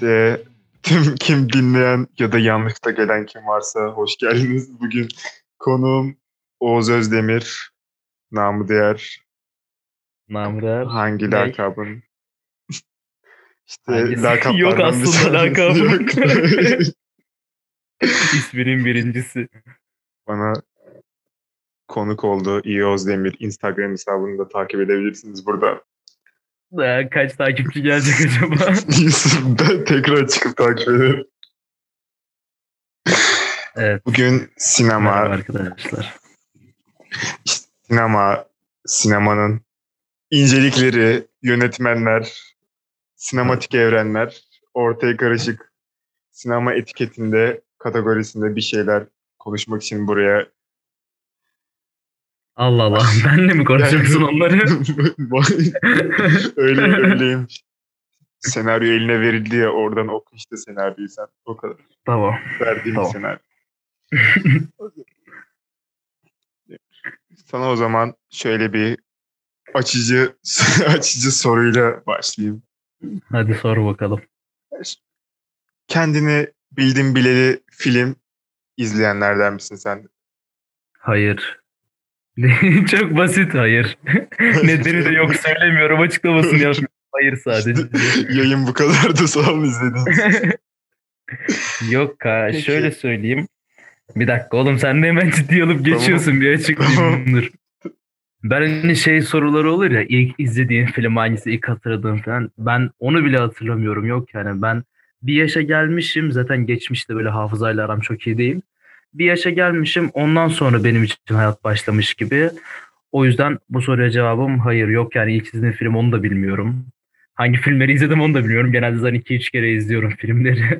Öncelikle tüm kim dinleyen ya da yanlışta gelen kim varsa hoş geldiniz. Bugün konuğum Oğuz Özdemir, namı diğer Namrer hangi ne? lakabın? İşte Hangisi? Yok lakaplardan bir aslında tanesi lakabım. yok. İsminin birincisi. Bana konuk oldu İyi Özdemir. Instagram hesabını da takip edebilirsiniz burada. Kaç takipçi gelecek acaba? Ben tekrar çıkıp takip ederim. Evet. Bugün Merhaba sinema, arkadaşlar. sinemanın incelikleri, yönetmenler, sinematik evrenler, ortaya karışık sinema etiketinde, kategorisinde bir şeyler konuşmak için buraya Allah Allah. Benle mi konuşacaksın geldim. onları? Öyleymiş. Senaryo eline verildi ya, oradan oku işte senaryoyu sen. O kadar. Tamam. Verdiğim Tamam. senaryo. Sana o zaman şöyle bir açıcı soruyla başlayayım. Hadi sor bakalım. Kendini bildim bileli film izleyenlerden misin sen? Hayır. Çok basit hayır. Nedeni de yok, söylemiyorum, açıklamasını yapmıyorum. Hayır sadece. Yayın bu kadar da sağ olun izlediğiniz için. Yok Peki. şöyle söyleyeyim. Bir dakika oğlum, sen de hemen ciddiye alıp geçiyorsun. Bir açıklayayım. Dur. Ben hani soruları olur ya, ilk izlediğin film hangisi, ilk hatırladığın falan. Ben onu bile hatırlamıyorum, yok yani. Ben bir yaşa gelmişim zaten, geçmişte böyle hafızayla aram çok iyi değil. Bir yaşa gelmişim, ondan sonra benim için hayat başlamış gibi. O yüzden bu soruya cevabım hayır, yok yani. İlk izlediğim film, onu da bilmiyorum. Hangi filmleri izledim onu da bilmiyorum. Genelde zaten 2-3 kere izliyorum filmleri.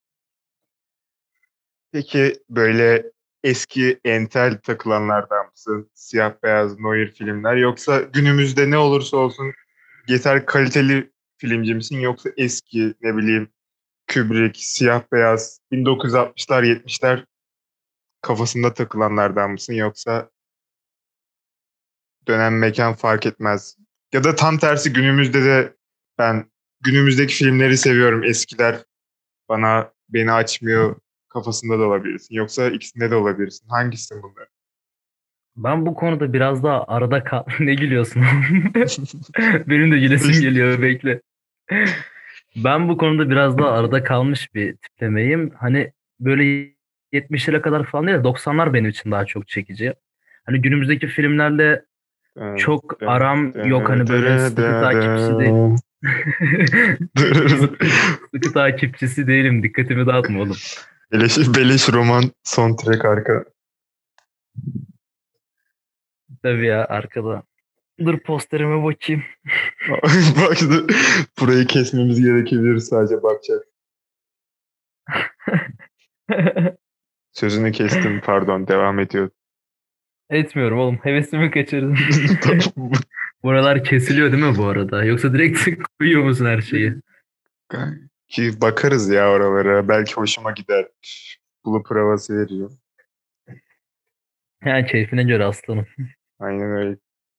Peki böyle eski entel takılanlardan mısın? Siyah beyaz noir filmler, yoksa günümüzde ne olursa olsun yeter kaliteli filmci misin, yoksa eski ne bileyim Kubrick, siyah beyaz 1960'lar 70'ler kafasında takılanlardan mısın, yoksa dönem mekan fark etmez? Ya da tam tersi, günümüzde de ben günümüzdeki filmleri seviyorum, eskiler beni açmıyor kafasında da olabilirsin. Yoksa ikisinde de olabilirsin. Hangisi bunlar? Ben bu konuda biraz daha arada kal... Ne gülüyorsun? Benim de gülesim geliyor, bekle. Ben bu konuda biraz daha arada kalmış bir tiplemeyim. Hani böyle 70'lere kadar falan değil de 90'lar benim için daha çok çekici. Hani günümüzdeki filmlerle çok aram yok. Hani böyle sıkı takipçisi değil. Sıkı takipçisi değilim. Dikkatimi dağıtma oğlum. Beleş roman soundtrack arka. Tabii ya, arkada. Dur posterime bakayım. Bak burayı kesmemiz gerekebilir, sadece bakacak. Sözünü kestim, pardon, devam ediyor. Etmiyorum oğlum. Hevesimi kaçırdın. Buralar kesiliyor değil mi bu arada? Yoksa direkt koyuyor musun her şeyi? Ki bakarız ya oralara. Belki hoşuma gider. Bulup havası veriyor. Ha, keyfine göre aslanım. Aynen öyle.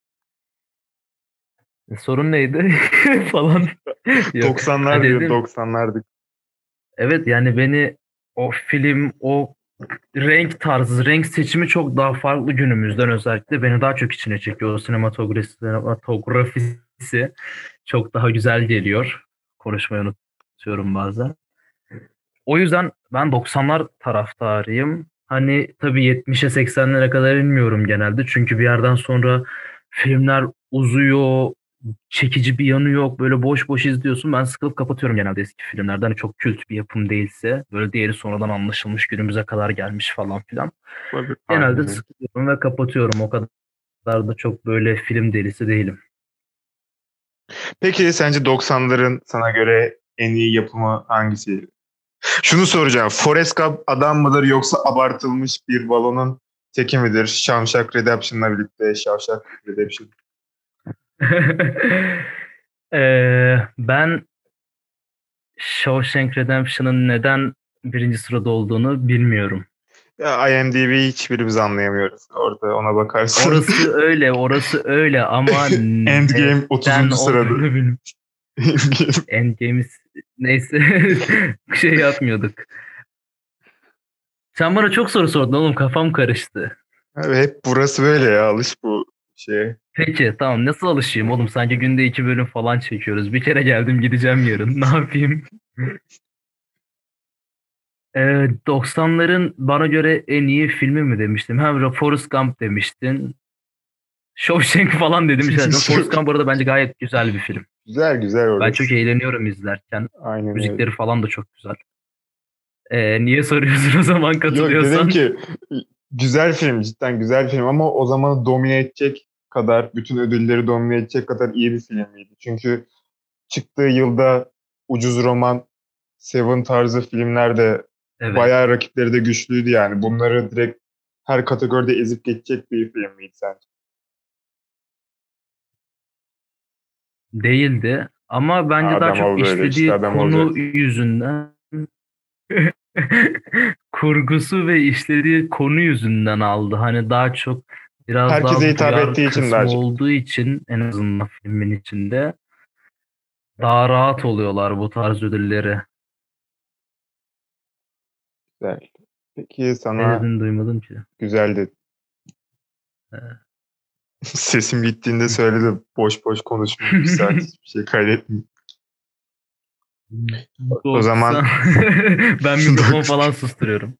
Sorun neydi? Falan. Yok. 90'lar diyor, Dedim. 90'lardık. Evet yani beni o film, o renk tarzı, renk seçimi çok daha farklı günümüzden, özellikle beni daha çok içine çekiyor. O sinematografisi çok daha güzel geliyor. Konuşmayı unutuyorum bazen. O yüzden ben 90'lar taraftarıyım. Hani tabii 70'e 80'lere kadar inmiyorum genelde. Çünkü bir yerden sonra filmler uzuyor, çekici bir yanı yok. Böyle boş boş izliyorsun. Ben sıkılıp kapatıyorum genelde eski filmlerden. Hani çok kült bir yapım değilse. Böyle diğeri sonradan anlaşılmış, günümüze kadar gelmiş falan filan. Genelde Aynen. sıkılıyorum ve kapatıyorum. O kadar da çok böyle film delisi değilim. Peki sence 90'ların sana göre en iyi yapımı hangisi? Şunu soracağım. Forrest Gump adam mıdır, yoksa abartılmış bir balonun teki midir? Shawshank Redemption'la birlikte Shawshank Redemption. Ben Shawshank Redemption'ın neden birinci sırada olduğunu bilmiyorum. Ya, IMDb'yi hiçbirimiz anlayamıyoruz. Orada ona bakarsın. Orası öyle ama Endgame neden 30. sırada. olduğunu bilmiyorum. Endgame'is neyse şey yapmıyorduk. Sen bana çok soru sordun oğlum, kafam karıştı. Abi hep burası böyle ya, alış bu şeye. Peki tamam, nasıl alışayım oğlum? Sanki günde 2 bölüm falan çekiyoruz. Bir kere geldim, gideceğim yarın. Ne yapayım? 90'ların bana göre en iyi filmi mi demiştim? Hem Forrest Gump demiştin. Shawshank falan dedim. Forrest Gump bu arada bence gayet güzel bir film. Güzel güzel Ben çok orası. eğleniyorum izlerken. Aynen öyle. Müzikleri falan da çok güzel. Niye soruyorsun o zaman, Yok, dedim katılıyorsan? ki güzel film, cidden güzel film ama o zamanı domine edecek kadar, bütün ödülleri domine edecek kadar iyi bir film miydi? Çünkü çıktığı yılda ucuz roman, Seven tarzı filmler de Evet. bayağı rakipleri de güçlüydü yani. Bunları direkt her kategoride ezip geçecek bir film miydi sence? Değildi. Ama bence daha Adam çok ol böyle, işte işlediği adam konu olacaksın. yüzünden kurgusu ve işlediği konu yüzünden aldı. Hani daha çok biraz Herkese daha hitap duyar ettiği için daha kısmı çok. olduğu için en azından filmin içinde daha rahat oluyorlar bu tarz ödülleri. Güzel. Peki Ne sana dedin, duymadım ki. güzeldi. Sesim gittiğinde söyledim. Boş boş konuşmayayım. Bir saat hiçbir şey kaydetmeyeyim. O 90. zaman Ben mikrofon falan susturuyorum.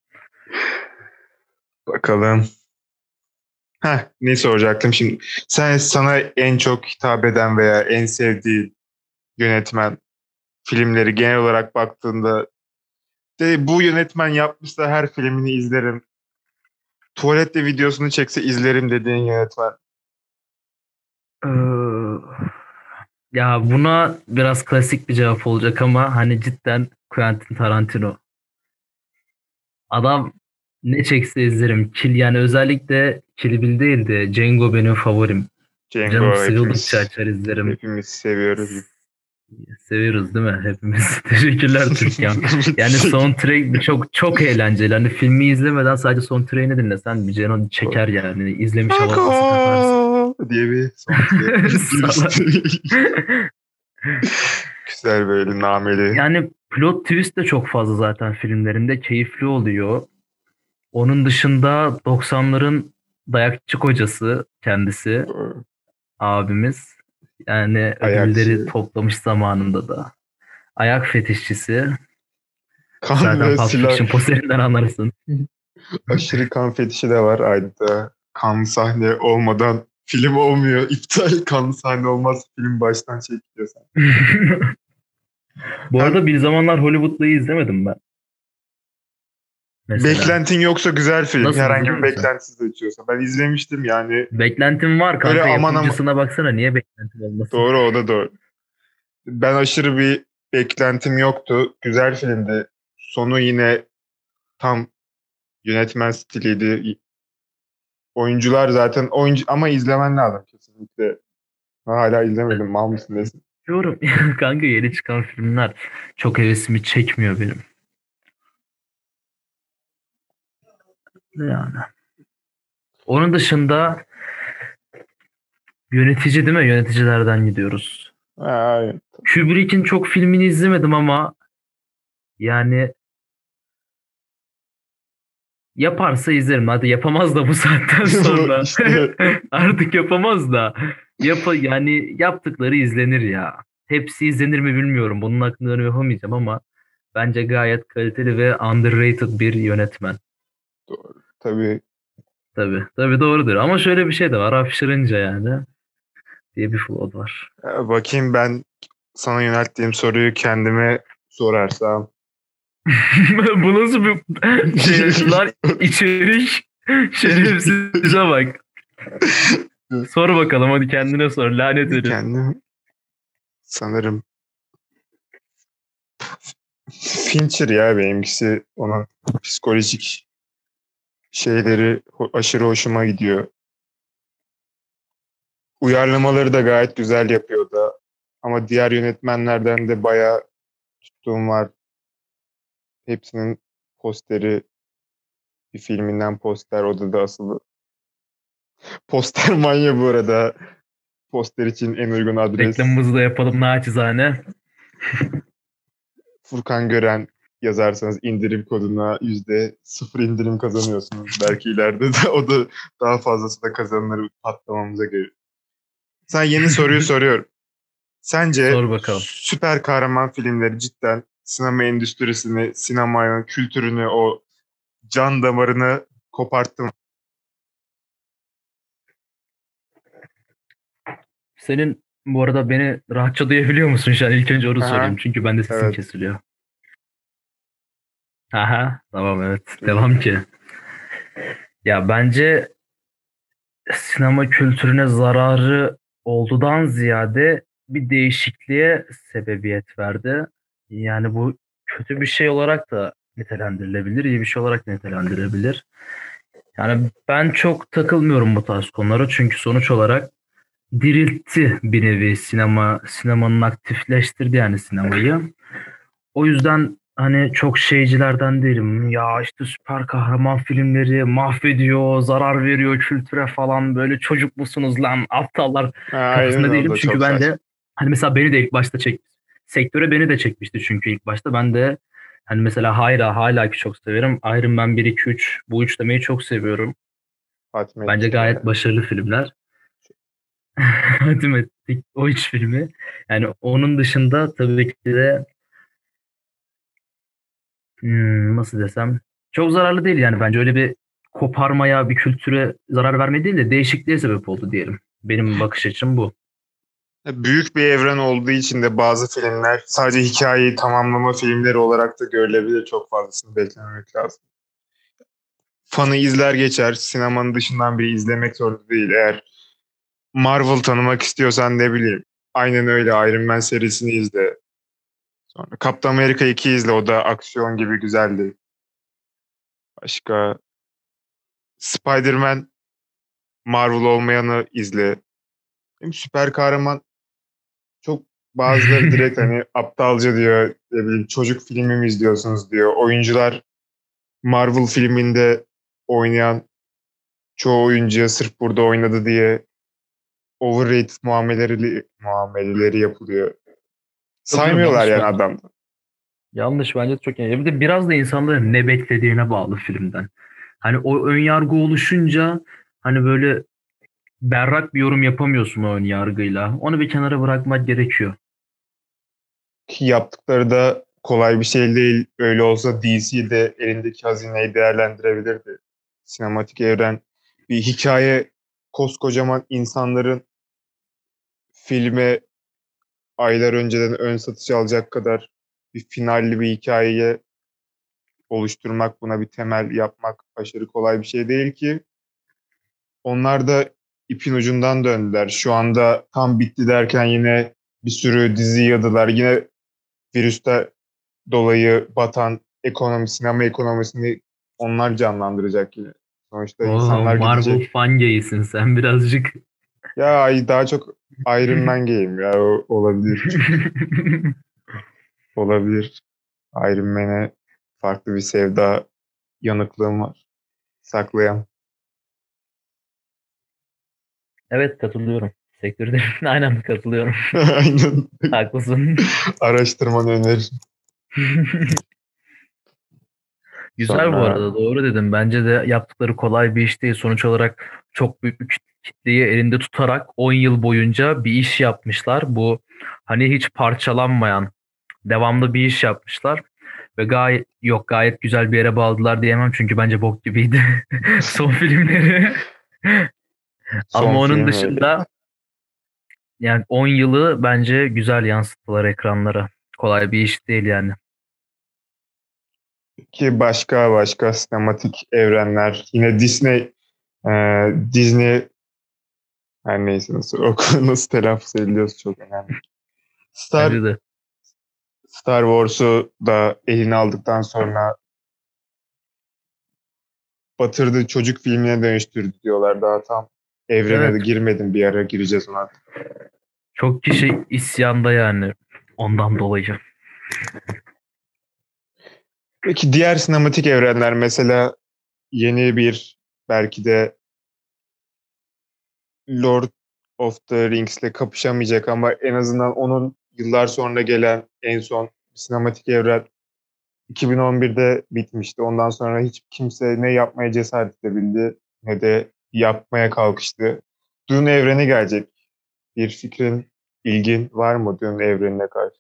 bakalım. Ne soracaktım şimdi? Sana en çok hitap eden veya en sevdiğin yönetmen, filmleri genel olarak baktığında de bu yönetmen yapmışsa her filmini izlerim. Tuvalette videosunu çekse izlerim dediğin yönetmen. Ee, Ya buna biraz klasik bir cevap olacak ama hani cidden Quentin Tarantino. Adam ne çekse izlerim. Yani özellikle Kill Bill değil de Django benim favorim. Canım Django sıkıldıkça açar izlerim. hepimiz seviyoruz. Seviyoruz değil mi hepimiz? Teşekkürler Türkan. Yani soundtrack çok çok eğlenceli. Hani filmi izlemeden sadece soundtrack'ini dinlesen bir canın çeker yani. İzlemiş havası katarsın. Marco diye bir soundtrack Salak. girişti. Güzel, böyle nameli. Yani plot twist de çok fazla zaten filmlerinde. Keyifli oluyor. Onun dışında 90'ların dayakçı kocası kendisi abimiz. Yani ödülleri Ayakçı. toplamış zamanında da. Ayak fetişçisi. Kan Zaten ve Pulp silah. Fiction posterinden anlarsın. Aşırı kan fetişi de var. Ayrıca kanlı sahne olmadan film olmuyor. İptal, kanlı sahne olmaz. Film baştan çekiliyor sen. Bu Hem arada bir zamanlar Hollywood'dayı izlemedim ben mesela. beklentin yoksa güzel film. Nasıl, Herhangi izledin bir mi sen? beklentisiz açıyorsa. Ben izlemiştim yani. Beklentim var Öyle kanka, aman ama yapımcısına baksana, niye beklentim olmasın? doğru, o da doğru. Ben aşırı bir beklentim yoktu. Güzel filmdi. Sonu yine tam yönetmen stiliydi. Oyuncular zaten oyuncu ama izlemen lazım kesinlikle. Hala izlemedim. Mal mısın desin. Diyorum kanka, yeni çıkan filmler çok hevesimi çekmiyor benim. Yani. Onun dışında yönetici değil mi? Yöneticilerden gidiyoruz. Aynen. Kubrick'in çok filmini izlemedim ama yani yaparsa izlerim. Hadi yapamaz da bu saatten sonra. İşte Artık yapamaz da. Yani yaptıkları izlenir ya. Hepsi izlenir mi bilmiyorum. Bunun hakkında yorum yapamayacağım ama bence gayet kaliteli ve underrated bir yönetmen. tabii. Tabii. Tabii doğrudur. Ama şöyle bir şey de var. Hapşırınca yani diye bir flow var. Bakayım, ben sana yönelttiğim soruyu kendime sorarsam. Bu nasıl bir şey lan, içerik, şerefsize bak. Sor bakalım, hadi kendine sor, lanet herif. Kendim sanırım Fincher ya benimkisi, onun psikolojik şeyleri aşırı hoşuma gidiyor. Uyarlamaları da gayet güzel yapıyor da. Ama diğer yönetmenlerden de bayağı tuttuğum var. Hepsinin posteri, bir filminden poster odada asılı. Poster manya bu arada. Poster için en uygun adres. Reklamımızı da yapalım naçizane. Furkan Gören yazarsanız indirim koduna %0 indirim kazanıyorsunuz. Belki ileride de o da daha fazlası da kazanılır patlamamıza göre. Sen yeni soruyu soruyorum. Sence Sor bakalım. süper kahraman filmleri cidden sinema endüstrisini, sinemanın kültürünü, o can damarını koparttı mı? Senin bu arada beni rahatça duyabiliyor musun şu an? İlk önce onu Aha, sorayım. Çünkü bende sesim evet. kesiliyor. Aha, tamam evet. Devam ki. Ya bence sinema kültürüne zararı olduğundan ziyade bir değişikliğe sebebiyet verdi. Yani bu kötü bir şey olarak da nitelendirilebilir, iyi bir şey olarak da nitelendirilebilir. Yani ben çok takılmıyorum bu tarz konulara çünkü sonuç olarak diriltti bir nevi sinemanın aktifleştirdi yani sinemayı. O yüzden hani çok şeycilerden değilim. Ya işte süper kahraman filmleri mahvediyor, zarar veriyor kültüre falan. Böyle çocuk musunuz lan aptallar Aynen, kafasında o değilim. da Çünkü çok ben saçma. de hani mesela beni de ilk başta sektöre beni de çekmişti çünkü ilk başta. Ben de hani mesela hala ki çok severim. Iron Man 1, 2, 3 bu üçlemeyi çok seviyorum. Hatmi Bence ettik gayet yani. başarılı filmler. Değil mi? O üç filmi. Yani onun dışında tabii ki de nasıl desem çok zararlı değil yani bence öyle bir koparmaya bir kültüre zarar verme değil de değişikliğe sebep oldu diyelim. Benim bakış açım bu. Büyük bir evren olduğu için de bazı filmler sadece hikayeyi tamamlama filmleri olarak da görülebilir. Çok fazlasını beklememek lazım. Fanı izler geçer. Sinemanın dışından biri izlemek zorunda değil. Eğer Marvel tanımak istiyorsan ne bileyim. Aynen öyle Iron Man serisini izle. Sonra Kaptan Amerika 2 izle. O da aksiyon gibi güzeldi. Başka Spider-Man Marvel olmayanı izle. Hem süper kahraman çok bazıları direkt hani aptalca diyor. Ne bileyim çocuk filmi mi izliyorsunuz diyor. Oyuncular Marvel filminde oynayan çoğu oyuncuya sırf burada oynadı diye overrated muameleleri yapılıyor. Yok Saymıyorlar yanlış yani bence. adam. Yanlış bence çok yanlış. Bir de biraz da insanların ne beklediğine bağlı filmden. Hani o ön yargı oluşunca hani böyle berrak bir yorum yapamıyorsun o ön yargıyla. Onu bir kenara bırakmak gerekiyor. Ki yaptıkları da kolay bir şey değil. Öyle olsa DC de elindeki hazineyi değerlendirebilirdi. Sinematik evren bir hikaye, koskocaman insanların filme aylar önceden ön satış alacak kadar bir finalli bir hikayeye oluşturmak, buna bir temel yapmak aşırı kolay bir şey değil ki. Onlar da ipin ucundan döndüler. Şu anda tam bitti derken yine bir sürü dizi yadılar. Yine virüste dolayı batan sinema ekonomisini onlar canlandıracak yine. Sonuçta Oo, insanlar Marvel gidecek. fan gaysin sen birazcık. Ya daha çok Iron Man game ya olabilir. Olabilir. Iron Man'e farklı bir sevda yanıklığım var. Saklayan. Evet katılıyorum. Sektörde aynen katılıyorum. Aynen. Haklısın. Araştırmanı öneririm. Güzel bu Sonra arada doğru dedim. Bence de yaptıkları kolay bir iş değil. Sonuç olarak çok büyük bir kitleyi elinde tutarak 10 yıl boyunca bir iş yapmışlar. Bu hani hiç parçalanmayan devamlı bir iş yapmışlar. Ve gayet güzel bir yere bağladılar diyemem çünkü bence bok gibiydi son filmleri. Ama son onun filmi. dışında yani 10 yılı bence güzel yansıttılar ekranlara. Kolay bir iş değil yani. Ki başka sinematik evrenler. Yine e, Disney her neyse nasıl telaffuz ediliyorsa çok önemli. Star Bence de. Star Wars'u da eline aldıktan sonra batırdı, çocuk filmine dönüştürdü diyorlar. Daha tam evrene de Evet. girmedim, bir ara gireceğiz ona. Çok kişi isyanda yani ondan dolayı. Peki diğer sinematik evrenler mesela yeni bir belki de Lord of the Rings'le kapışamayacak ama en azından onun yıllar sonra gelen en son sinematik evren 2011'de bitmişti. Ondan sonra hiç kimse ne yapmaya cesaret edebildi ne de yapmaya kalkıştı. Dune evreni gelecek. Bir fikrin, ilgin var mı Dune evrenine karşı?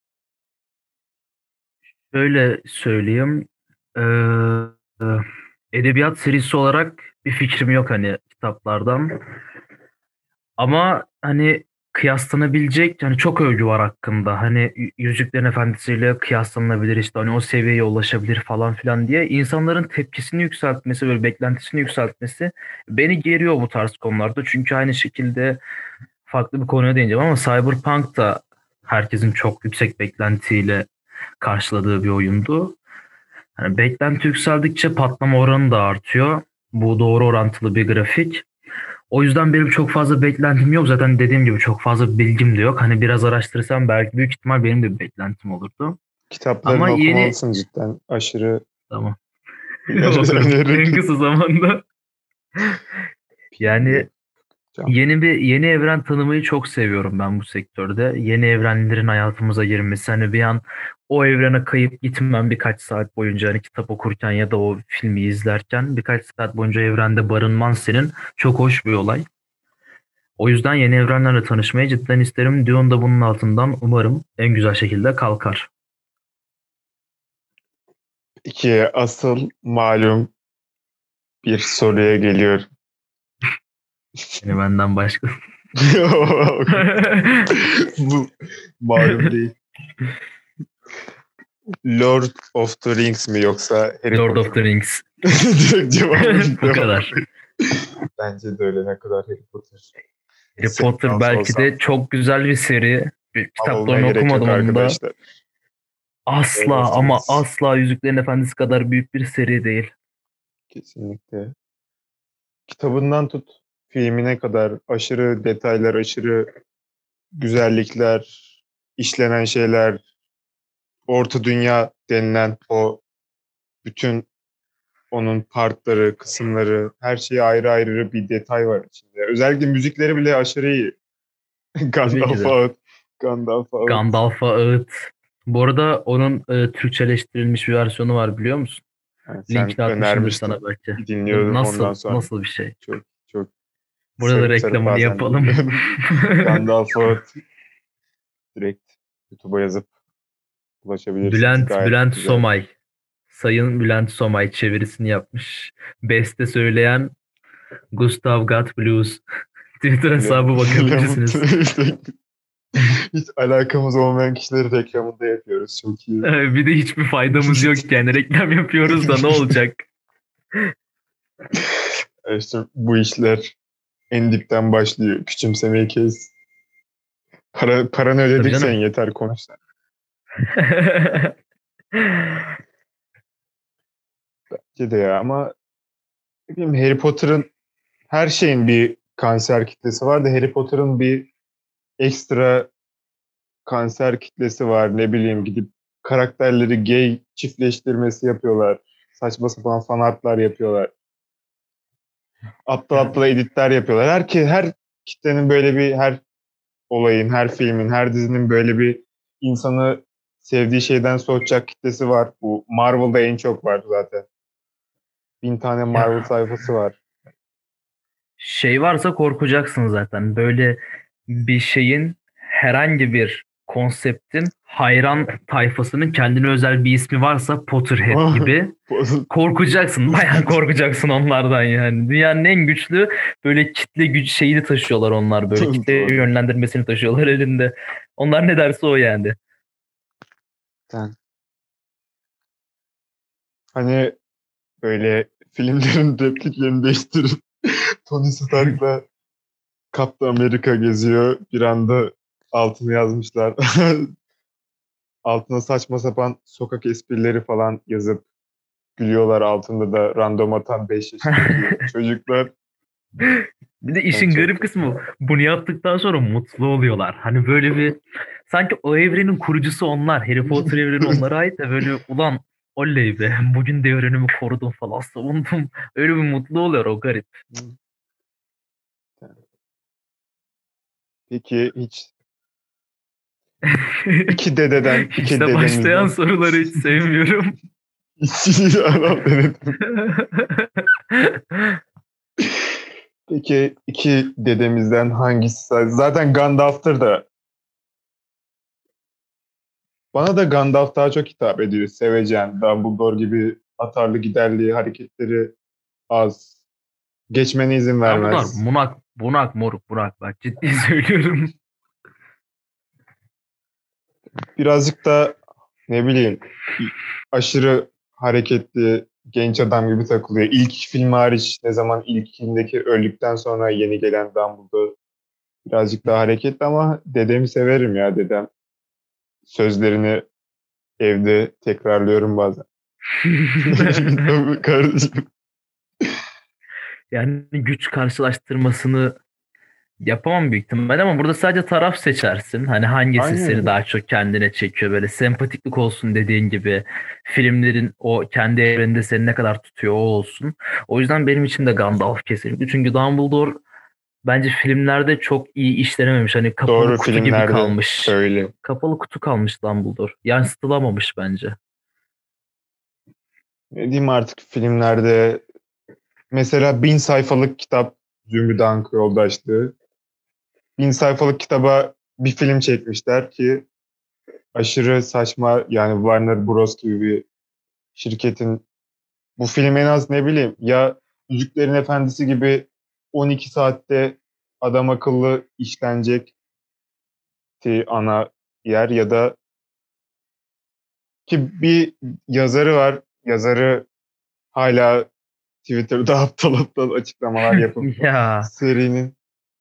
Şöyle söyleyeyim. Ee, e, Edebiyat serisi olarak bir fikrim yok hani kitaplardan. Ama hani kıyaslanabilecek hani çok övgü var hakkında. Hani Yüzüklerin Efendisi'yle kıyaslanabilir işte hani o seviyeye ulaşabilir falan filan diye insanların tepkisini yükseltmesi böyle beklentisini yükseltmesi beni geriyor bu tarz konularda. Çünkü aynı şekilde farklı bir konuya değineceğim ama Cyberpunk da herkesin çok yüksek beklentiyle karşıladığı bir oyundu. Hani beklenti yükseldikçe patlama oranı da artıyor. Bu doğru orantılı bir grafik. O yüzden benim çok fazla beklentim yok. Zaten dediğim gibi çok fazla bilgim de yok. Hani biraz araştırsam belki büyük ihtimal benim de bir beklentim olurdu. Kitaplarını Ama yeni... okumalısın cidden. Aşırı Tamam. Okurum. En öneririm. kısa zamanda. Yani yeni evren tanımayı çok seviyorum ben bu sektörde. Yeni evrenlerin hayatımıza girmesi. Hani bir an o evrene kayıp gitmem birkaç saat boyunca hani kitap okurken ya da o filmi izlerken birkaç saat boyunca evrende barınman senin çok hoş bir olay. O yüzden yeni evrenlerle tanışmayı cidden isterim. Dune da bunun altından umarım en güzel şekilde kalkar. Peki asıl malum bir soruya geliyor. Yani benden başka. Bu malum değil. Lord of the Rings mi yoksa Harry Lord Potter of the mı? Rings. Direkt cevabın Bu devamı. kadar. Bence de öyle, ne kadar Harry Potter Harry Potter sevdası belki olsam de çok güzel bir seri. mal olmaya Kitaplarını gerek yok okumadım onun da. arkadaşlar. Lord of Asla the ama Rings. asla Yüzüklerin Efendisi kadar büyük bir seri değil. Kesinlikle. Kitabından tut filmine kadar aşırı detaylar, aşırı güzellikler, işlenen şeyler, Orta Dünya denilen o bütün onun partları, kısımları, her şeyi ayrı ayrı bir detay var içinde. Özellikle müzikleri bile aşırı iyi. Tabii ki Gandalf de. out, Gandalf out. Gandalf'a ağıt. Bu arada onun Türkçeleştirilmiş bir versiyonu var biliyor musun? Yani sen Linkini atmışımdır sana önermiştin. belki. Dinliyordum ondan Nasıl sonra. nasıl bir şey? Çok çok Burada da sarıp sarıp reklamını bazen yapalım. dinliyorum. Gandalf out. Direkt YouTube'a yazıp ulaşabilirsiniz. Gayet Bülent güzel. Somay. Sayın Bülent Somay çevirisini yapmış. Beste söyleyen Gustav Got Blues. Twitter hesabı bakabilirsiniz. Hiç alakamız olmayan kişileri reklamında yapıyoruz. Çok iyi. Bir de hiçbir faydamız yok yani reklam yapıyoruz da ne olacak? İşte bu işler en dipten başlıyor. Küçümsemeyi kes. Paranı Tabii ödedik, sen canım. yeter konuş sen. Bence de ya, ama ne bileyim, Harry Potter'ın her şeyin bir kanser kitlesi var da Harry Potter'ın bir ekstra kanser kitlesi var. Ne bileyim, gidip karakterleri gay çiftleştirmesi yapıyorlar. Saçma sapan fan artlar yapıyorlar. Aptal Ya, aptal editler yapıyorlar. Her kitlenin böyle bir, her olayın, her filmin, her dizinin böyle bir insanı sevdiği şeyden soğutacak kitlesi var. Bu Marvel'da en çok var zaten. 1000 tane Marvel ya sayfası var. şey varsa korkacaksın zaten. Böyle bir şeyin herhangi bir konseptin hayran tayfasının kendine özel bir ismi varsa Potterhead gibi korkacaksın. Bayağı korkacaksın onlardan yani. Dünyanın en güçlü böyle kitle güç şeyini taşıyorlar onlar böyle. Kitle Doğru. yönlendirmesini taşıyorlar elinde. Onlar ne derse o yani. Sen hani böyle filmlerin repliklerini değiştirip Tony Stark'la Kaptan Amerika geziyor. Bir anda altını yazmışlar. Altına saçma sapan sokak esprileri falan yazıp gülüyorlar, altında da random atan 5 yaşındaki çocuklar. Bir de Ben işin çok garip kısmı bunu yaptıktan sonra mutlu oluyorlar. Hani böyle bir sanki o evrenin kurucusu onlar. Harry Potter evreni onlara ait de böyle ulan oley be bugün de evrenimi korudum falan savundum. Öyle bir mutlu oluyor o garip. Peki hiç iki dededen, iki İşte başlayan dedemizden soruları hiç sevmiyorum. hiç Arap denedim. Peki iki dedemizden hangisi? Zaten Gandalf'tır da. Bana da Gandalf daha çok hitap ediyor. Sevecen, Dumbledore gibi atarlı giderli hareketleri az. Geçmene izin Dumbledore vermez. bunak moruk bunak bak ciddi söylüyorum. Birazcık da ne bileyim aşırı hareketli genç adam gibi takılıyor. İlk film hariç ne zaman ilk filmdeki öldükten sonra yeni gelen Dumbledore birazcık daha hareketli ama dedemi severim ya dedem. Sözlerini evde tekrarlıyorum bazen. Tabii kardeşim. Yani güç karşılaştırmasını yapamam büyük ihtimalle ama burada sadece taraf seçersin. Hani hangisi seni Aynen. daha çok kendine çekiyor böyle sempatiklik olsun dediğin gibi filmlerin o kendi evreninde seni ne kadar tutuyor o olsun. O yüzden benim için de Gandalf kesinlikle. Çünkü Dumbledore bence filmlerde çok iyi işlenememiş. Hani kapalı Doğru kutu gibi filmlerde kalmış. söyle. Kapalı kutu kalmış Dumbledore. Yansıtılamamış bence. Ne diyeyim artık filmlerde mesela 1000 sayfalık kitap Zümrüt Anka Yoldaşlığı. 1000 sayfalık kitaba bir film çekmişler ki aşırı saçma yani Warner Bros. Gibi bir şirketin bu film en az ne bileyim ya Yüzüklerin Efendisi gibi 12 saatte adam akıllı işlenecek ana yer ya da ki bir yazarı var. Yazarı hala Twitter'da aptal aptal açıklamalar yapıp Ya serinin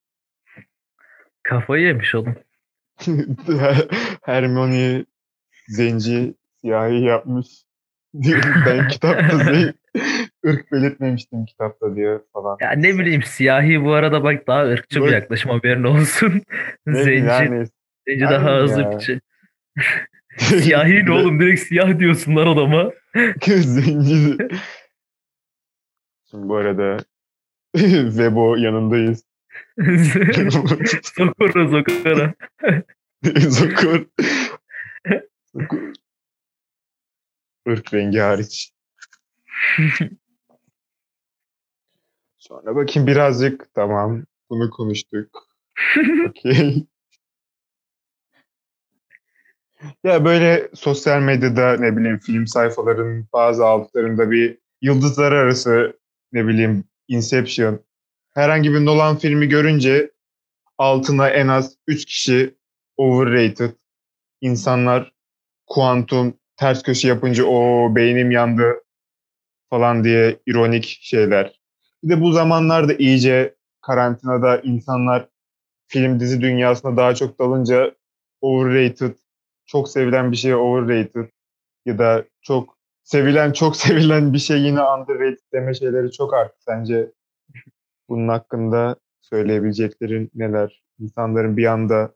kafayı yemiş oğlum. Hermione zenci siyahi yapmış. Ben kitapta ırk belirtmemiştim kitapta diyor falan. Ya ne bileyim siyahi bu arada bak daha ırkçı bir Bak yaklaşım haberin olsun. ne Zenci, yani zenci daha aynen az ya. ırkçı. Siyahi ne Bir de oğlum direkt siyah diyorsun lan adama. zenci. Şimdi bu arada Vebo yanındayız. Sokora sokora. Zokur. Zokur. Irk rengi hariç. Sonra bakayım birazcık tamam bunu konuştuk. Okey. Ya böyle sosyal medyada ne bileyim film sayfalarının bazı altlarında bir yıldızlar arası ne bileyim Inception herhangi bir Nolan filmi görünce altına en az 3 kişi overrated insanlar kuantum ters köşe yapınca o beynim yandı falan diye ironik şeyler. Bir de bu zamanlarda iyice karantinada insanlar film dizi dünyasına daha çok dalınca overrated, çok sevilen bir şey overrated ya da çok sevilen bir şey yine underrated deme şeyleri çok arttı. Sence bunun hakkında söyleyebileceklerin neler? İnsanların bir anda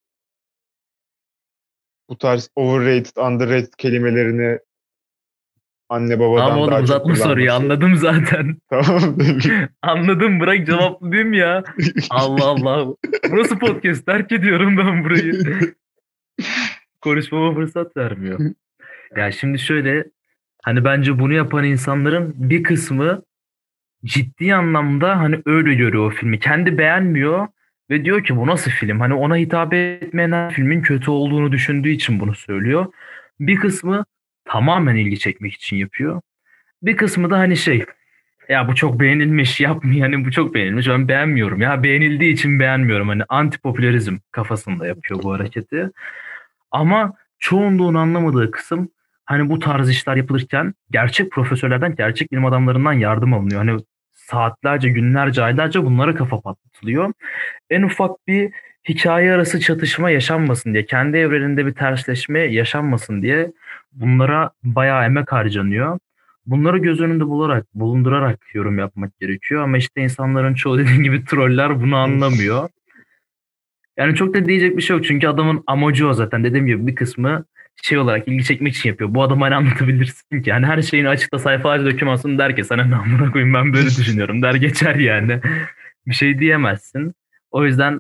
bu tarz overrated, underrated kelimelerini anne Tamam babadan oğlum daha çok uzatma soruyu kullanması. anladım zaten. Tamam mı? Anladım bırak cevaplayayım ya. Allah Allah. Burası podcast terk ediyorum ben burayı. Konuşmama fırsat vermiyor. Ya şimdi şöyle hani bence bunu yapan insanların bir kısmı ciddi anlamda hani öyle görüyor o filmi. Kendi beğenmiyor ve diyor ki bu nasıl film? Hani ona hitap etmeyen her filmin kötü olduğunu düşündüğü için bunu söylüyor. Bir kısmı tamamen ilgi çekmek için yapıyor. Bir kısmı da hani şey ya bu çok beğenilmiş yapmıyor hani bu çok beğenilmiş ben beğenmiyorum ya beğenildiği için beğenmiyorum hani anti popülerizm kafasında yapıyor bu hareketi. Ama çoğunluğun anlamadığı kısım hani bu tarz işler yapılırken gerçek profesörlerden, gerçek bilim adamlarından yardım alınıyor. Hani saatlerce, günlerce, aylarca bunlara kafa patlatılıyor. En ufak bir hikaye arası çatışma yaşanmasın diye, kendi evreninde bir tersleşme yaşanmasın diye bunlara bayağı emek harcanıyor. Bunları göz önünde bulundurarak yorum yapmak gerekiyor. Ama işte insanların çoğu dediğin gibi troller bunu anlamıyor. Yani çok da diyecek bir şey yok. Çünkü adamın amacı o zaten. Dediğim gibi bir kısmı şey olarak ilgi çekmek için yapıyor. Bu adama hani anlatabilirsin ki. Hani her şeyini açıkta sayfalarca dokümansın der ki sana ne amına koyayım ben böyle düşünüyorum der geçer yani. Bir şey diyemezsin. O yüzden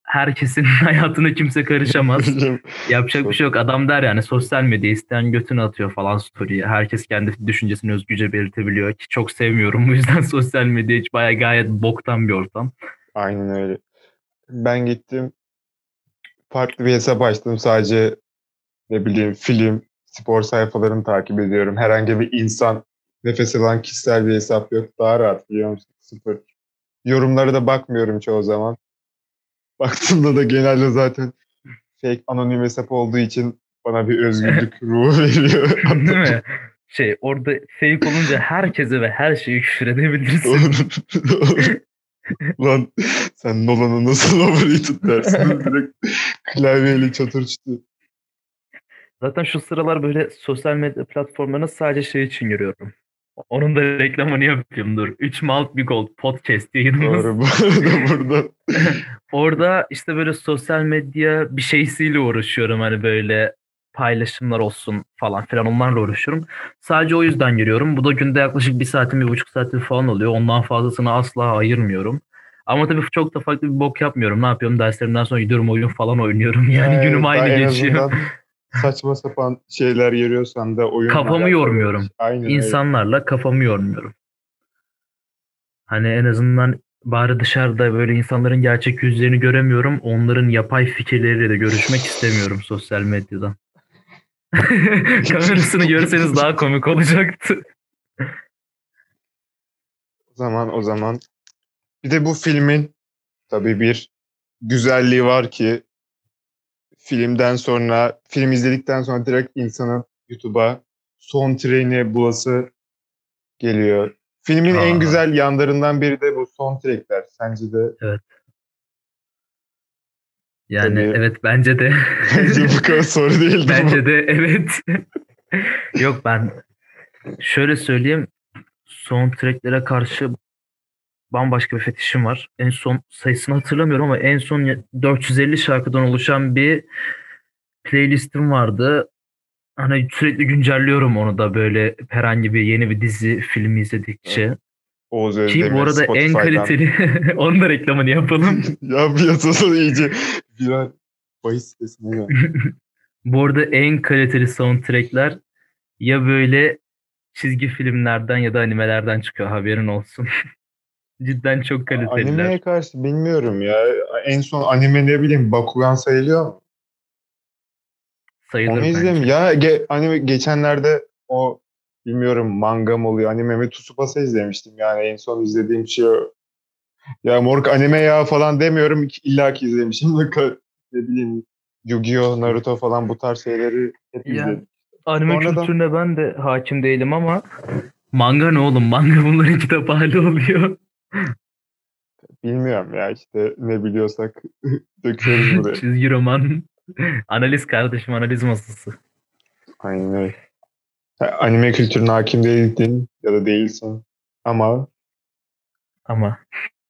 herkesin hayatına kimse karışamaz. Yapacak bir şey yok. Adam der yani sosyal medya isteyen götünü atıyor falan story'ye. Herkes kendi düşüncesini özgürce belirtebiliyor ki çok sevmiyorum. Bu yüzden sosyal medya hiç gayet boktan bir ortam. Aynen öyle. Ben gittim farklı bir hesap açtım. Sadece ne bileyim film, spor sayfalarını takip ediyorum. Herhangi bir insan nefes alan kişisel bir hesap yok. Daha rahat biliyor musun? Sıfır. Yorumlara da bakmıyorum çoğu zaman. Baktığımda da genelde zaten fake anonim hesap olduğu için bana bir özgürlük ruhu veriyor. Değil mi? Orada fake olunca herkese ve her şeyi küfür edebilirsin. Doğru. Lan sen Nolan'ı nasıl overrated dersin? Direkt klavyeyle çatır çutur. Zaten şu sıralar böyle sosyal medya platformlarına sadece şey için giriyorum. Onun da reklamını yapayım dur. 3 Malt bir Gold podcast yayınımız. Doğru bu arada burada. Orada işte böyle sosyal medya bir şeysiyle uğraşıyorum. Hani böyle paylaşımlar olsun falan filan onlarla uğraşıyorum. Sadece o yüzden giriyorum. Bu da günde yaklaşık 1 saatim 1,5 saatim falan oluyor. Ondan fazlasını asla ayırmıyorum. Ama tabii çok da farklı bir bok yapmıyorum. Ne yapıyorum? Derslerimden sonra gidiyorum oyun falan oynuyorum. Yani Evet, günüm aynı en geçiyor. azından saçma sapan şeyler görüyorsan da oyunla Kafamı alakalı. yormuyorum. Aynen öyle. İnsanlarla kafamı yormuyorum. Hani en azından bari dışarıda böyle insanların gerçek yüzlerini göremiyorum. Onların yapay fikirleriyle de görüşmek istemiyorum sosyal medyadan. Kamerasını görseniz daha komik olacaktı. O zaman bir de bu filmin tabii bir güzelliği var ki film izledikten sonra direkt insanın YouTube'a son treni bulası geliyor. Filmin en Aa, güzel yanlarından biri de bu son trackler. Sence de? evet. Yani Tabii. evet bence de. Bence bu kadar soru değildi bu. Bence de evet. Yok ben şöyle söyleyeyim. Soundtrack'lere karşı bambaşka bir fetişim var. En son sayısını hatırlamıyorum ama en son 450 şarkıdan oluşan bir playlistim vardı. Hani sürekli güncelliyorum onu da böyle herhangi bir yeni bir dizi, filmi izledikçe. Oğuz Ki bu Özdemir arada en Spotify'dan. kaliteli onun da reklamını yapalım. Ya piyasada iyice viral bahis sitesine ya. Bu arada en kaliteli soundtrackler ya böyle çizgi filmlerden ya da animelerden çıkıyor haberin olsun. Cidden çok kaliteliler. Animeye karşı bilmiyorum ya. En son anime ne bileyim Bakugan sayılıyor mu? Onu Sayılır izledim. bence. Ya anime geçenlerde o bilmiyorum manga mı oluyor anime mi Tsubasa izlemiştim. Yani en son izlediğim şey o. Ya moruk anime ya falan demiyorum. İlla ki izlemişim. Ne bileyim Yu-Gi-Oh, Naruto falan bu tarz şeyleri hep Ya izledim. anime Sonradan kültürüne ben de hakim değilim ama manga ne oğlum? Manga bunların kitap hali oluyor. bilmiyorum ya işte ne biliyorsak döküyoruz buraya. Çizgi roman. Analiz kardeşim, analiz masası. Aynen öyle. Anime kültürüne hakim değildin ya da değilsin. Ama Ama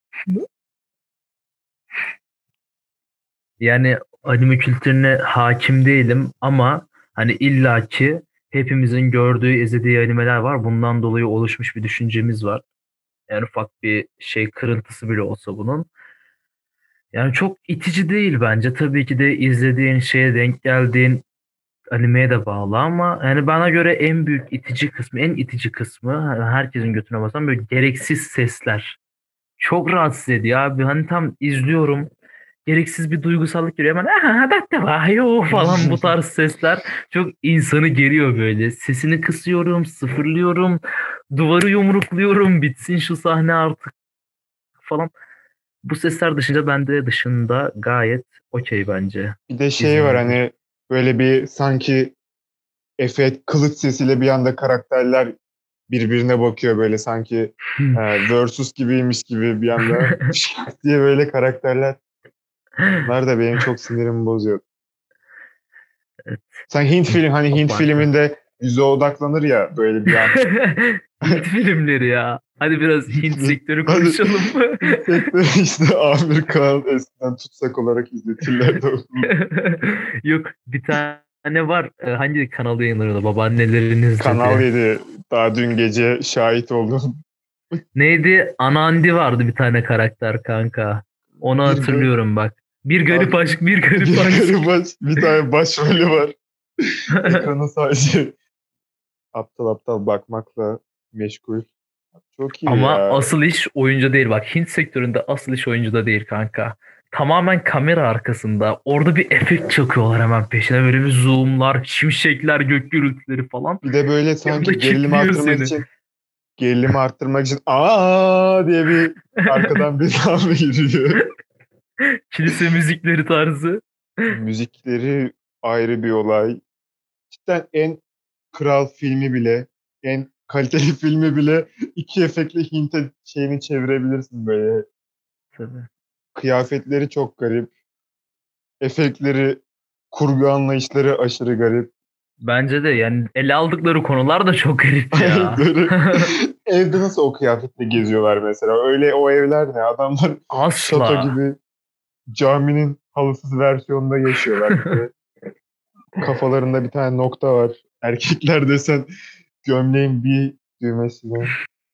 yani anime kültürüne hakim değilim ama hani illaki hepimizin gördüğü, izlediği animeler var. Bundan dolayı oluşmuş bir düşüncemiz var. Yani ufak bir şey kırıntısı bile olsa bunun. Yani çok itici değil bence. Tabii ki de izlediğin şeye denk geldiğin animeye de bağlı ama yani bana göre en büyük itici kısmı, en itici kısmı hani herkesin götüne basan böyle gereksiz sesler. Çok rahatsız ediyor abi. Hani tam izliyorum. Gereksiz bir duygusallık giriyor. Hemen aha da var yo falan bu tarz sesler çok insanı geriyor böyle. Sesini kısıyorum, sıfırlıyorum, duvarı yumrukluyorum, bitsin şu sahne artık falan. Bu sesler dışında gayet okey bence. bir de şey var İzlenebilir. hani böyle bir sanki efekt kılıç sesiyle bir anda karakterler birbirine bakıyor böyle sanki versus gibiymiş gibi bir anda diye böyle karakterler. Bunlar da benim çok sinirimi bozuyor. Evet, Sen Hint abartı. filminde yüze odaklanır ya böyle bir an. Hint filmleri ya. Hadi biraz Hint sektörü Hadi konuşalım mı? Hint sektörü işte Amir Kağan eskiden tutsak olarak izletirlerdi. Yok bir tane var. Hangi kanalda yayınlanıyordu? Babaannelerin Kanal izlediği. 7 daha dün gece şahit oldum. Neydi? Anandi vardı bir tane karakter kanka. Onu Bir bölüm hatırlıyorum bak. Bir garip Abi, aşk, bir garip bir aşk. bir tane başrolü var. Ekrana sadece aptal aptal bakmakla meşgul. Çok iyi Ama ya. asıl iş oyuncu değil. Bak Hint sektöründe asıl iş oyuncuda değil kanka. Tamamen kamera arkasında. Orada bir efekt çakıyorlar hemen peşine. Böyle bir zoomlar, şimşekler, gök gürültüleri falan. Bir de böyle Bir anda sanki kilitliyor seni. gerilimi arttırmak için aa diye bir arkadan bir daha giriyor. Kilise müzikleri tarzı. Müzikleri ayrı bir olay. Cidden en kral filmi bile, en kaliteli filmi bile iki efektle Hint'e şeyini çevirebilirsin böyle. Tabii. Kıyafetleri çok garip. Efektleri, kurgu anlayışları aşırı garip. Bence de yani ele aldıkları konular da çok garip ya. Böyle evde nasıl o kıyafetle geziyorlar mesela? Öyle o evler ne? Adamlar şato Asla. gibi caminin halısız versiyonunda yaşıyorlar bir de. Kafalarında bir tane nokta var. Erkekler desen gömleğin bir düğmesine.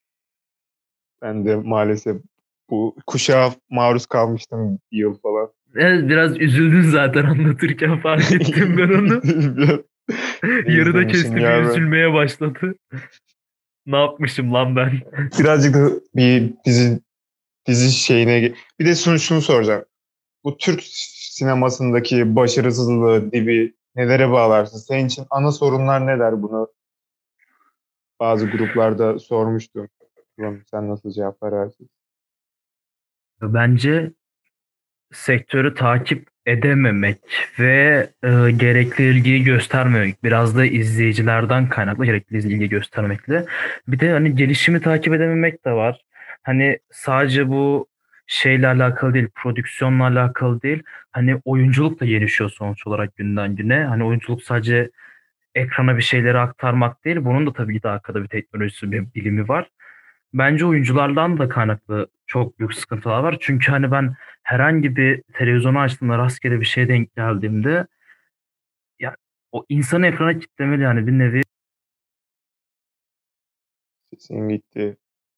Ben de maalesef bu kuşağa maruz kalmıştım bir yıl falan. Evet, biraz üzüldün zaten anlatırken fark ettim ben onu. Biraz ne Yarıda izlemişim kesti bir ya ben. üzülmeye başladı. Ne yapmışım lan ben? Birazcık da bir dizi şeyine... Bir de şunu soracağım. Bu Türk sinemasındaki başarısızlığı, dibi nelere bağlarsın? Senin için ana sorunlar neler bunu? Bazı gruplarda sormuştum. Ulan sen nasıl cevap verersin? Bence sektörü takip edememek ve gerekli ilgiyi göstermemek. Biraz da izleyicilerden kaynaklı gerekli ilgi göstermekle. Bir de hani gelişimi takip edememek de var. Hani sadece bu şeyle alakalı değil, prodüksiyonla alakalı değil. Hani oyunculuk da gelişiyor sonuç olarak günden güne. Hani oyunculuk sadece ekrana bir şeyleri aktarmak değil. Bunun da tabii ki de arkada bir teknolojisi, bir bilimi var. Bence oyunculardan da kaynaklı çok büyük sıkıntılar var. Çünkü hani ben herhangi bir televizyonu açtığımda rastgele bir şeye denk geldiğimde ya o insanı ekrana kitlemeli yani bir nevi. Sesin gitti.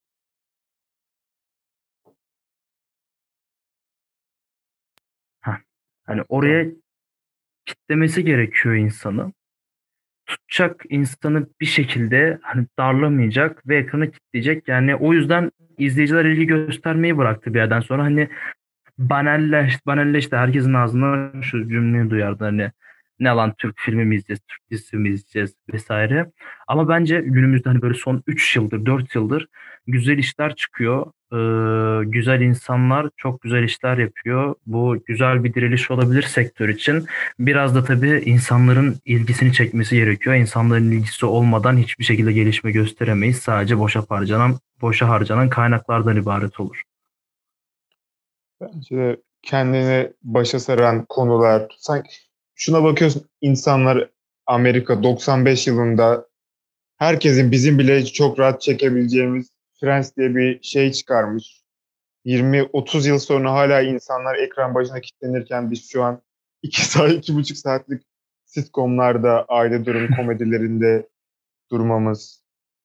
Heh, Ha, hani tamam. oraya kitlemesi gerekiyor insanı. Tutacak insanı bir şekilde hani darlamayacak ve ekranı kitleyecek. Yani o yüzden izleyiciler ilgi göstermeyi bıraktı bir yerden sonra. Hani banalleşti. Herkesin ağzından şu cümleyi duyardı hani ne lan Türk filmi mi izleyeceğiz, Türk dizisi mi izleyeceğiz vesaire. Ama bence günümüzde hani böyle son 3 yıldır, 4 yıldır güzel işler çıkıyor. Güzel insanlar çok güzel işler yapıyor. Bu güzel bir diriliş olabilir sektör için. Biraz da tabii insanların ilgisini çekmesi gerekiyor. İnsanların ilgisi olmadan hiçbir şekilde gelişme gösteremeyiz. Sadece boşa harcanan kaynaklardan ibaret olur. Bence de kendini başa saran konular. Sanki şuna bakıyorsun insanlar Amerika 95 yılında herkesin bizim bile çok rahat çekebileceğimiz Friends diye bir şey çıkarmış. 20-30 yıl sonra hala insanlar ekran başına kilitlenirken biz şu an 2 saat, 2,5 saatlik sitcomlarda, aile durum komedilerinde durmamız.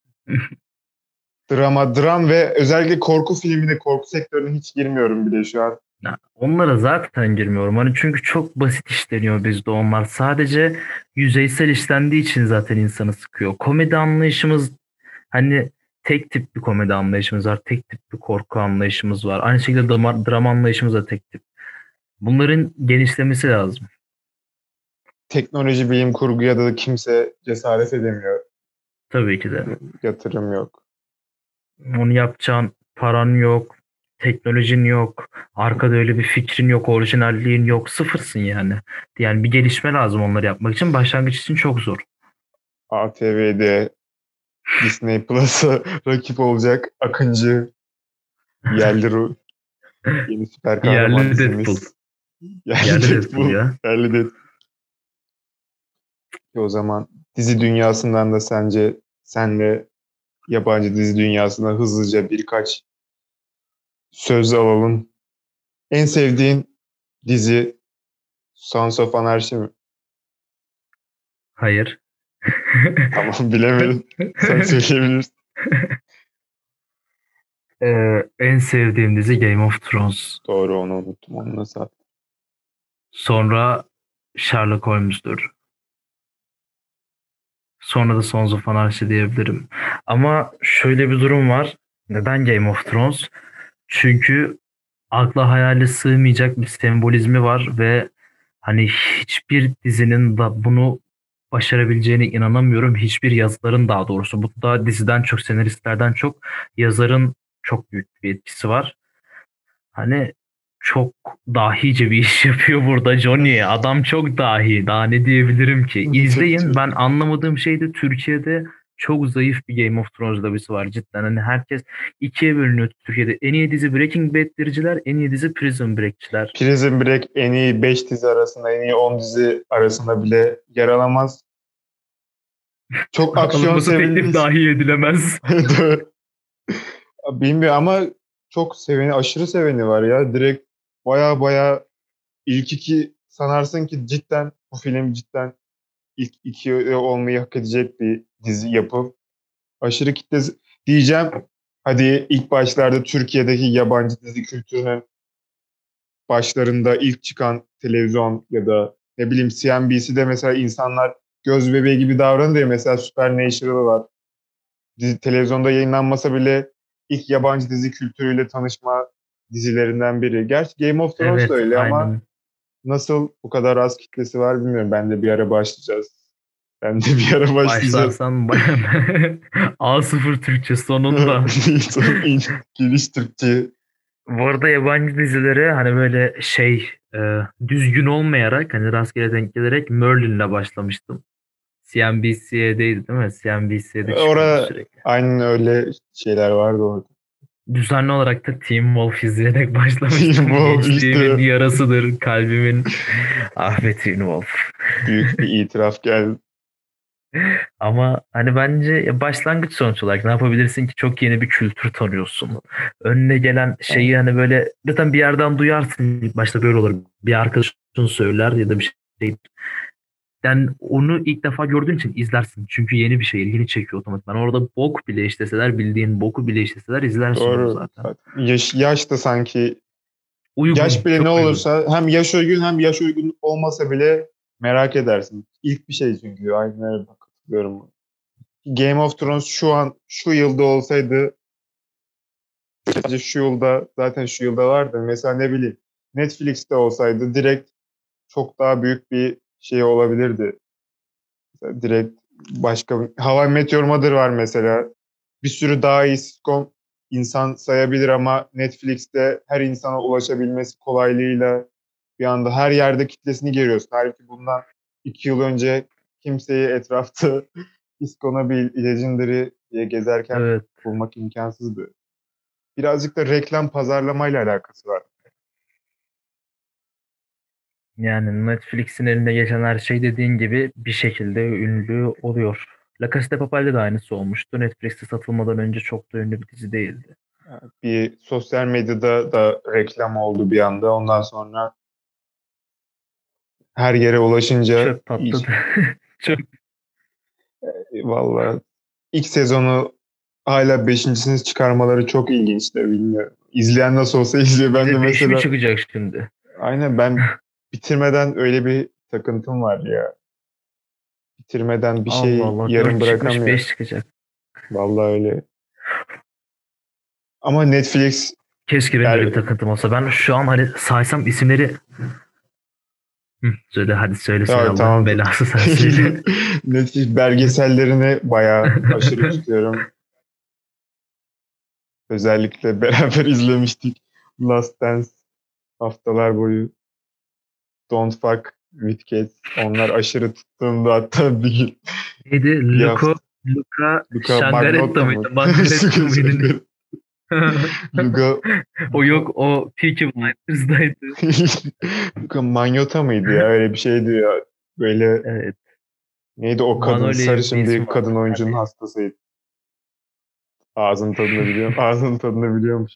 Dram ve özellikle korku filmine, korku sektörüne hiç girmiyorum bile şu an. Ya, onlara zaten girmiyorum. Hani çünkü çok basit işleniyor bizde onlar. Sadece yüzeysel işlendiği için zaten insanı sıkıyor. Komedi anlayışımız hani tek tip bir komedi anlayışımız var. Tek tip bir korku anlayışımız var. Aynı şekilde drama anlayışımız da tek tip. Bunların genişlemesi lazım. Teknoloji, bilim kurguya da kimse cesaret edemiyor. Tabii ki de. Yatırım yok. Onu yapacağın paran yok. Teknolojin yok. Arkada öyle bir fikrin yok. Orijinalliğin yok. Sıfırsın yani. Yani bir gelişme lazım onları yapmak için. Başlangıç için çok zor. ATV'de Disney Plus'a rakip olacak Akıncı yerli yeni süper kahraman Yerli Deadpool. dizimiz. Yerli Yerli Deadpool Deadpool. ya. Yerli Deadpool. O zaman dizi dünyasından da senle yabancı dizi dünyasına hızlıca birkaç söz alalım. En sevdiğin dizi Sons of Anarchy mi? Hayır. Tamam bilemedim. Sen söyleyebilirsin. En sevdiğim dizi Game of Thrones. Doğru onu unuttum. Onu nasıl Sonra Sherlock Holmes'dur. Sonra da Sons of Anarchy diyebilirim. Ama şöyle bir durum var. Neden Game of Thrones? Çünkü akla hayale sığmayacak bir sembolizmi var ve hani hiçbir dizinin da bunu başarabileceğine inanamıyorum. Hiçbir yazarın, daha doğrusu bu da diziden çok, senaristlerden çok yazarın çok büyük bir etkisi var. Hani çok dahice bir iş yapıyor burada Johnny. Adam çok dahi. Daha ne diyebilirim ki? İzleyin. Ben anlamadığım şey de Türkiye'de çok zayıf bir Game of Thrones lobisi var cidden. Hani herkes ikiye bölünüyor Türkiye'de. En iyi dizi Breaking Bad'dirciler, en iyi dizi Prison Break'çiler. Prison Break en iyi 5 dizi arasında, en iyi 10 dizi arasında bile yer alamaz. Çok aksiyon Alınması teklif sevilmiş. dahi edilemez. Bilmiyorum ama çok seveni, aşırı seveni var ya. Direkt baya ilk iki sanarsın ki cidden bu film cidden ilk iki olmayı hak edecek bir dizi yapım. Aşırı kitlesi diyeceğim. Hadi ilk başlarda Türkiye'deki yabancı dizi kültürünün başlarında ilk çıkan televizyon ya da ne bileyim CNBC'de mesela insanlar göz bebeği gibi davranıyor. Mesela Supernatural var. Dizi, televizyonda yayınlanmasa bile ilk yabancı dizi kültürüyle tanışma dizilerinden biri. Gerçi Game of Thrones da Evet, öyle ama aynen. nasıl bu kadar az kitlesi var bilmiyorum. Ben de bir ara başlayacağız. Ben de bir ara başlayacağız. Başlarsan A0 Türkçe sonunda. Giriş Türkçe. Bu arada yabancı dizilere hani böyle düzgün olmayarak, hani rastgele denk gelerek Merlin'le başlamıştım. CNBC'deydi değil mi? CNBC'de çıkıyordu Orada sürekli. aynen öyle şeyler vardı orada. Düzenli olarak da Teen Wolf izleyerek başlamıştım. Bu Gençliğimin işte yarasıdır, kalbimin. Ah be Teen Wolf. büyük bir itiraf geldi. Ama hani bence başlangıç sonuç olarak ne yapabilirsin ki, çok yeni bir kültür tanıyorsun. Önüne gelen şeyi hani böyle zaten bir yerden duyarsın, ilk başta böyle olur. Bir arkadaşın söyler ya da bir şey. Yani onu ilk defa gördüğün için izlersin. Çünkü yeni bir şey, ilgini çekiyor otomatikman. Orada bok bile işleseler, bildiğin boku bile işleseler izlersin onu Doğru. zaten. Yaş da sanki yaş Uygun, bile ne çok uygun. olursa hem yaş uygun hem yaş uygun olmasa bile merak edersin. İlk bir şey çünkü. Aynen öyle katılıyorum. Game of Thrones şu an şu yılda olsaydı sadece şu yılda zaten şu yılda vardı. Mesela ne bileyim Netflix'te olsaydı direkt çok daha büyük bir şey olabilirdi. Mesela direkt başka How I Met Your Mother var mesela. Bir sürü daha iyi sitcom insan sayabilir ama Netflix'te her insana ulaşabilmesi kolaylığıyla bir anda her yerde kitlesini görüyorsun. Halbuki bundan 2 yıl önce kimseyi etrafta Iskona bir Legendary diye gezerken Evet. bulmak imkansızdı. Birazcık da reklam pazarlamayla alakası var. Yani Netflix'in eline geçen her şey dediğin gibi bir şekilde ünlü oluyor. La Casa de Papel'de de aynısı olmuştu. Netflix'te satılmadan önce çok da ünlü bir dizi değildi. Bir sosyal medyada da reklam oldu bir anda. Ondan sonra her yere ulaşınca Çöp patladı. Çöp. vallahi ilk sezonu hala beşincisini çıkarmaları çok ilginç de bilmiyorum. İzleyen nasıl olsa izliyor. Ben de Bize 5 mi mesela çıkacak şimdi? aynen ben bitirmeden öyle bir takıntım var ya. Bitirmeden bir Allah şey Allah, yarım 4 çıkmış, bırakamıyor. 5 çıkacak. Vallahi öyle. Ama Netflix Keşke benim öyle bir der, takıntım olsa. Ben şu an hani saysam isimleri... Söyle hadi, söyle ya, Allah'ın tamam. belası, sen söyle. Netflix belgesellerini bayağı aşırı tutuyorum. Özellikle beraber izlemiştik. Last Dance haftalar boyu. Don't Fuck with Cats. Onlar aşırı tuttuğumda hatta Neydi? bir hafta. Luca Luca Şangaretta Magnotta mıydı? mı? Margaretta mıydı? Ne? Luca O yok, o Peaky Blinders'daydı. Luca Magnotta mıydı ya? Öyle bir şeydi ya. Böyle Evet. neydi o kadın? Manoli bir Sarışın ismi bir var. kadın oyuncunun hastasıydı. Ağzının tadını biliyorum. Ağzının tadını biliyormuş.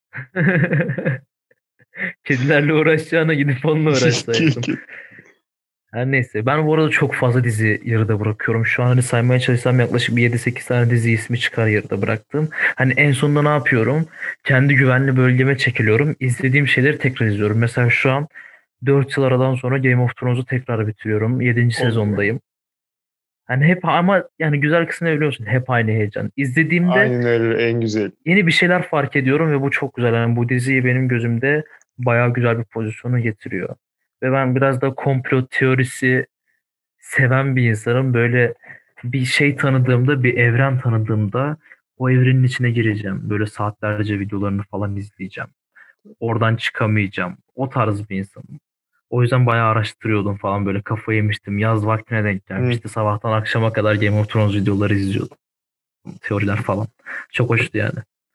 Kedilerle uğraşacağına gidip onunla uğraşsaydın. Her neyse. Ben bu arada çok fazla dizi yarıda bırakıyorum. Şu an hani saymaya çalışsam yaklaşık bir 7-8 tane dizi ismi çıkar yarıda bıraktım. Hani en sonunda ne yapıyorum? Kendi güvenli bölgeme çekiliyorum. İzlediğim şeyleri tekrar izliyorum. Mesela şu an 4 yıl aradan sonra Game of Thrones'u tekrar bitiriyorum. 7. Oluyor. sezondayım. Hani hep ama yani güzel kısmı ne biliyorsun? Hep aynı heyecan. İzlediğimde Aynen öyle, en güzel. yeni bir şeyler fark ediyorum ve bu çok güzel. Yani bu diziyi benim gözümde bayağı güzel bir pozisyona getiriyor. Ve ben biraz da komplo teorisi seven bir insanım. Böyle bir şey tanıdığımda, bir evren tanıdığımda o evrenin içine gireceğim. Böyle saatlerce videolarını falan izleyeceğim. Oradan çıkamayacağım. O tarz bir insanım. O yüzden bayağı araştırıyordum falan, böyle kafayı yemiştim. Yaz vaktine denk Hı. gelmişti. Sabahtan akşama kadar Game of Thrones videoları izliyordum. Teoriler falan. Çok hoştu yani.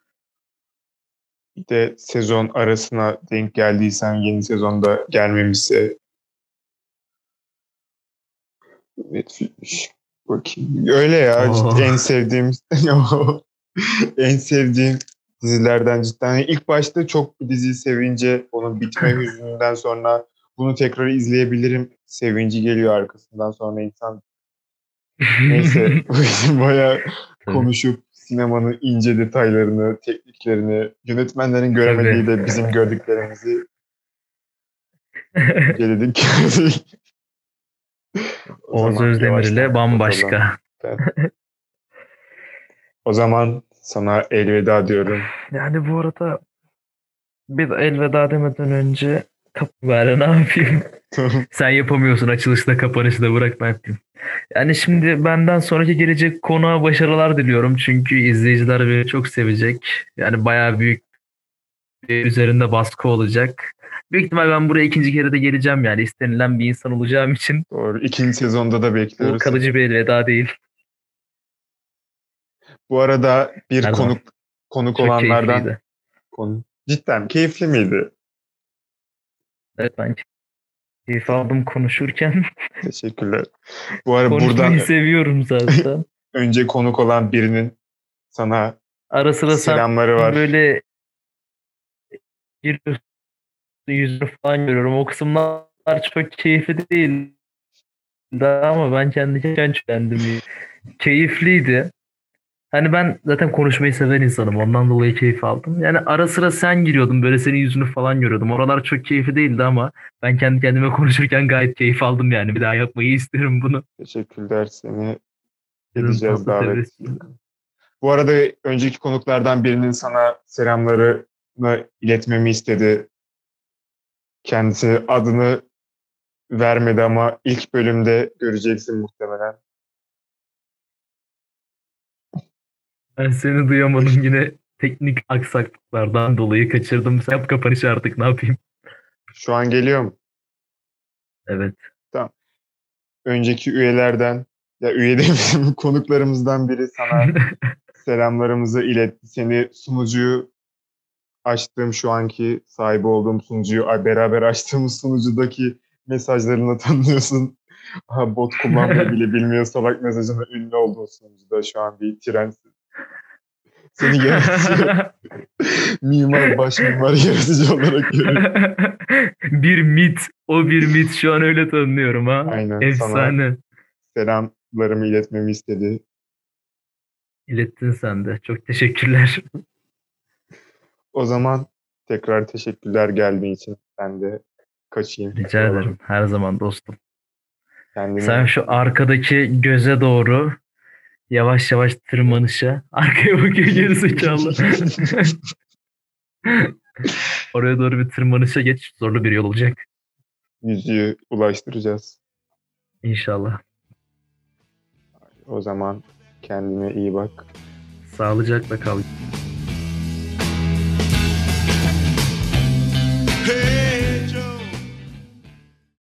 Bir de sezon arasına denk geldiysen, yeni sezonda gelmemişse Netflix, bakayım. Öyle ya, Oo. en sevdiğim en sevdiğim dizilerden cidden. Yani ilk başta çok bir diziyi sevince onun bitme hüznünden sonra bunu tekrar izleyebilirim sevinci geliyor arkasından, sonra insan neyse bayağı Tabii. konuşup sinemanın ince detaylarını, tekniklerini, yönetmenlerin Tabii. göremediği de bizim gördüklerimizi inceledik. O Oğuz zaman Özdemir yavaştan ile kapatalım. bambaşka. Ben, o zaman sana elveda diyorum. Yani bu arada bir de elveda demeden önce bari ne yapayım? Sen yapamıyorsun, açılışta kapanışta, bırak ben yapayım. Yani şimdi benden sonraki gelecek konuğa başarılar diliyorum. Çünkü izleyiciler beni çok sevecek. Yani bayağı büyük bir üzerinde baskı olacak. Büyük ihtimal ben buraya ikinci kere de geleceğim yani. İstenilen bir insan olacağım için Doğru. İkinci sezonda da bu bekliyoruz seni. kalıcı bir elveda değil. Bu arada bir Her zaman. konuk Çok olanlardan keyifliydi. cidden keyifli miydi? Evet, ben keyif aldım konuşurken. Teşekkürler. Bu arada Konuşmayı buradan seviyorum zaten. önce konuk olan birinin sana Ara sıra sen selamları var. böyle giriyorsun, yüzünü falan görüyorum. O kısımlar çok keyifli değildi ama ben kendi kendime çok beğendim. Keyifliydi. Hani ben zaten konuşmayı seven insanım. Ondan dolayı keyif aldım. Yani ara sıra sen giriyordun. Böyle senin yüzünü falan görüyordum. Oralar çok keyifli değildi ama ben kendi kendime konuşurken gayet keyif aldım yani. Bir daha yapmayı isterim bunu. Teşekkürler, seni Senin edeceğiz tatlı davet. tebessüm. Bu arada önceki konuklardan birinin sana selamlarını iletmemi istedi. Kendisi adını vermedi ama ilk bölümde göreceksin muhtemelen. Ben seni duyamadım yine, teknik aksaklıklardan dolayı kaçırdım. Sen yap kapanışı artık, ne yapayım? Şu an geliyor mu? Evet. Tamam. Önceki üyelerden, ya üye demeyeyim, konuklarımızdan biri sana selamlarımızı iletti. Seni sunucuyu açtığım, şu anki sahibi olduğum sunucuyu beraber açtığımız sunucudaki mesajlarını tanıyorsun. Aha, bot kullanmayı bile bilmiyor salak mesajına ünlü olduğu sunucuda şu an bir trendsin. Seni yaratıcı, baş mimar yaratıcı olarak görüyorum. Bir mit. O bir mit. Şu an öyle tanımlıyorum ha. Aynen, sana Efsane. selamlarımı iletmemi istedi. İlettin sen de. Çok teşekkürler. O zaman tekrar teşekkürler geldiğin için. Ben de kaçayım. Rica ederim. Her zaman dostum. Sen Kendine şu iyi bak. arkadaki göze doğru yavaş yavaş tırmanışa. Arkaya bakıyor gerizekalı. Oraya doğru bir tırmanışa geç. Zorlu bir yol olacak. Yüzüğü ulaştıracağız. İnşallah. O zaman kendine iyi bak. Sağlıcakla kal.